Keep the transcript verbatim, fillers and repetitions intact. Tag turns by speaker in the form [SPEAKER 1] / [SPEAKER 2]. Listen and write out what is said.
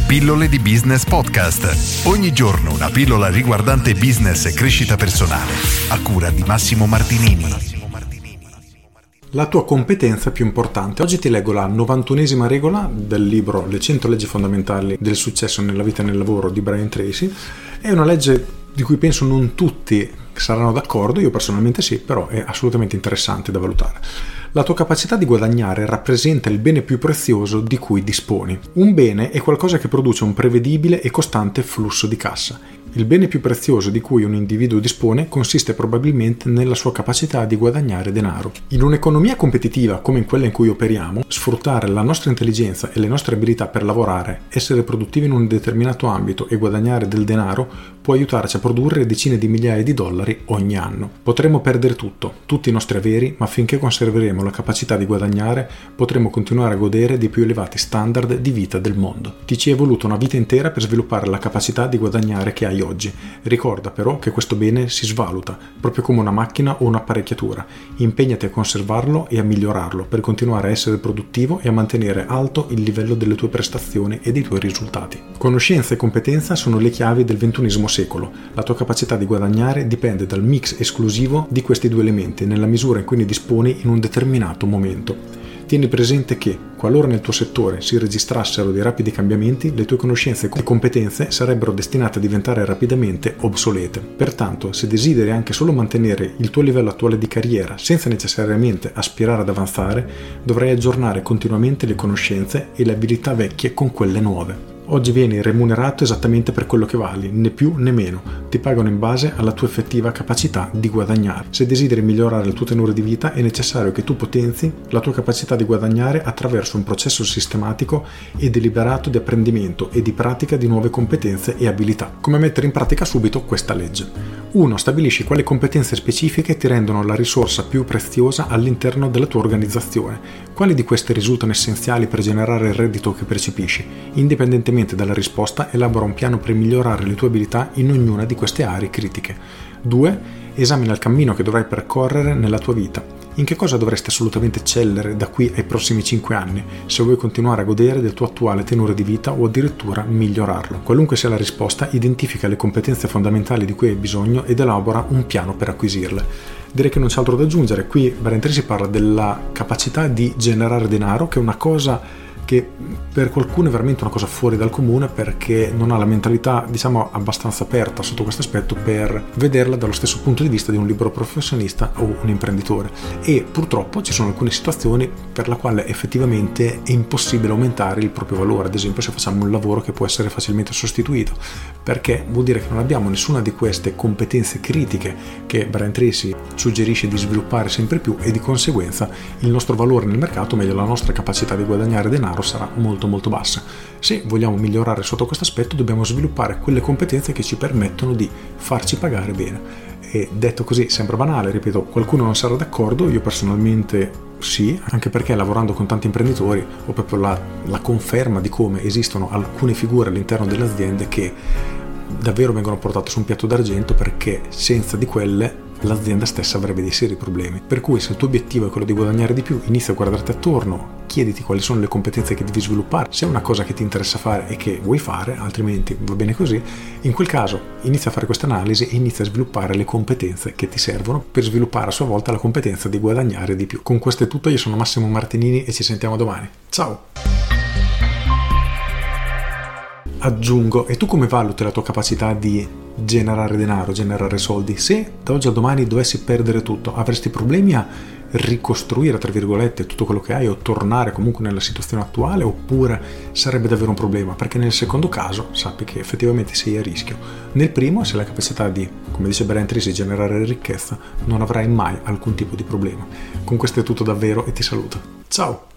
[SPEAKER 1] Pillole di Business Podcast. Ogni giorno una pillola riguardante business e crescita personale. A cura di Massimo Martinini.
[SPEAKER 2] La tua competenza più importante. Oggi ti leggo la novantunesima regola del libro Le cento leggi fondamentali del successo nella vita e nel lavoro di Brian Tracy. È una legge di cui penso non tutti saranno d'accordo, io personalmente sì, però è assolutamente interessante da valutare. La tua capacità di guadagnare rappresenta il bene più prezioso di cui disponi. Un bene è qualcosa che produce un prevedibile e costante flusso di cassa. Il bene più prezioso di cui un individuo dispone consiste probabilmente nella sua capacità di guadagnare denaro. In un'economia competitiva come in quella in cui operiamo, sfruttare la nostra intelligenza e le nostre abilità per lavorare, essere produttivi in un determinato ambito e guadagnare del denaro può aiutarci a produrre decine di migliaia di dollari ogni anno. Potremmo perdere tutto, tutti i nostri averi, ma finché conserveremo la capacità di guadagnare, potremo continuare a godere dei più elevati standard di vita del mondo. Ti ci è voluto una vita intera per sviluppare la capacità di guadagnare che hai oggi. Ricorda però che questo bene si svaluta, proprio come una macchina o un'apparecchiatura. Impegnati a conservarlo e a migliorarlo per continuare a essere produttivo e a mantenere alto il livello delle tue prestazioni e dei tuoi risultati. Conoscenza e competenza sono le chiavi del ventunesimo secolo. La tua capacità di guadagnare dipende dal mix esclusivo di questi due elementi nella misura in cui ne disponi in un determinato momento. Tieni presente che, qualora nel tuo settore si registrassero dei rapidi cambiamenti, le tue conoscenze e competenze sarebbero destinate a diventare rapidamente obsolete. Pertanto, se desideri anche solo mantenere il tuo livello attuale di carriera senza necessariamente aspirare ad avanzare, dovrai aggiornare continuamente le conoscenze e le abilità vecchie con quelle nuove. Oggi vieni remunerato esattamente per quello che vali, né più né meno. Ti pagano in base alla tua effettiva capacità di guadagnare. Se desideri migliorare il tuo tenore di vita, è necessario che tu potenzi la tua capacità di guadagnare attraverso un processo sistematico e deliberato di apprendimento e di pratica di nuove competenze e abilità. Come mettere in pratica subito questa legge? uno. Stabilisci quali competenze specifiche ti rendono la risorsa più preziosa all'interno della tua organizzazione. Quali di queste risultano essenziali per generare il reddito che percepisci? Indipendentemente dalla risposta, elabora un piano per migliorare le tue abilità in ognuna di queste aree critiche. due. Esamina il cammino che dovrai percorrere nella tua vita. In che cosa dovresti assolutamente eccellere da qui ai prossimi cinque anni, se vuoi continuare a godere del tuo attuale tenore di vita o addirittura migliorarlo? Qualunque sia la risposta, identifica le competenze fondamentali di cui hai bisogno ed elabora un piano per acquisirle. Direi che non c'è altro da aggiungere. Qui Brian Tracy parla della capacità di generare denaro, che è una cosa che per qualcuno è veramente una cosa fuori dal comune, perché non ha la mentalità, diciamo, abbastanza aperta sotto questo aspetto per vederla dallo stesso punto di vista di un libero professionista o un imprenditore. E purtroppo ci sono alcune situazioni per la quale effettivamente è impossibile aumentare il proprio valore. Ad esempio, se facciamo un lavoro che può essere facilmente sostituito, perché vuol dire che non abbiamo nessuna di queste competenze critiche che Brian Tracy suggerisce di sviluppare sempre più, e di conseguenza il nostro valore nel mercato, meglio la nostra capacità di guadagnare denaro, sarà molto molto bassa. Se vogliamo migliorare sotto questo aspetto, dobbiamo sviluppare quelle competenze che ci permettono di farci pagare bene. E detto così sembra banale, ripeto, qualcuno non sarà d'accordo, io personalmente sì, anche perché lavorando con tanti imprenditori ho proprio la, la conferma di come esistono alcune figure all'interno delle aziende che davvero vengono portate su un piatto d'argento, perché senza di quelle l'azienda stessa avrebbe dei seri problemi. Per cui, se il tuo obiettivo è quello di guadagnare di più, inizia a guardarti attorno, chiediti quali sono le competenze che devi sviluppare, se è una cosa che ti interessa fare e che vuoi fare, altrimenti va bene così. In quel caso inizia a fare questa analisi e inizia a sviluppare le competenze che ti servono per sviluppare a sua volta la competenza di guadagnare di più. Con questo è tutto, io sono Massimo Martinini e ci sentiamo domani. Ciao! Aggiungo, e tu come valuti la tua capacità di generare denaro, generare soldi? Se da oggi a domani dovessi perdere tutto, avresti problemi a ricostruire, tra virgolette, tutto quello che hai o tornare comunque nella situazione attuale, oppure sarebbe davvero un problema? Perché nel secondo caso sappi che effettivamente sei a rischio. Nel primo, se hai la capacità di, come dice Brian Tracy, generare ricchezza, non avrai mai alcun tipo di problema. Con questo è tutto davvero e ti saluto. Ciao!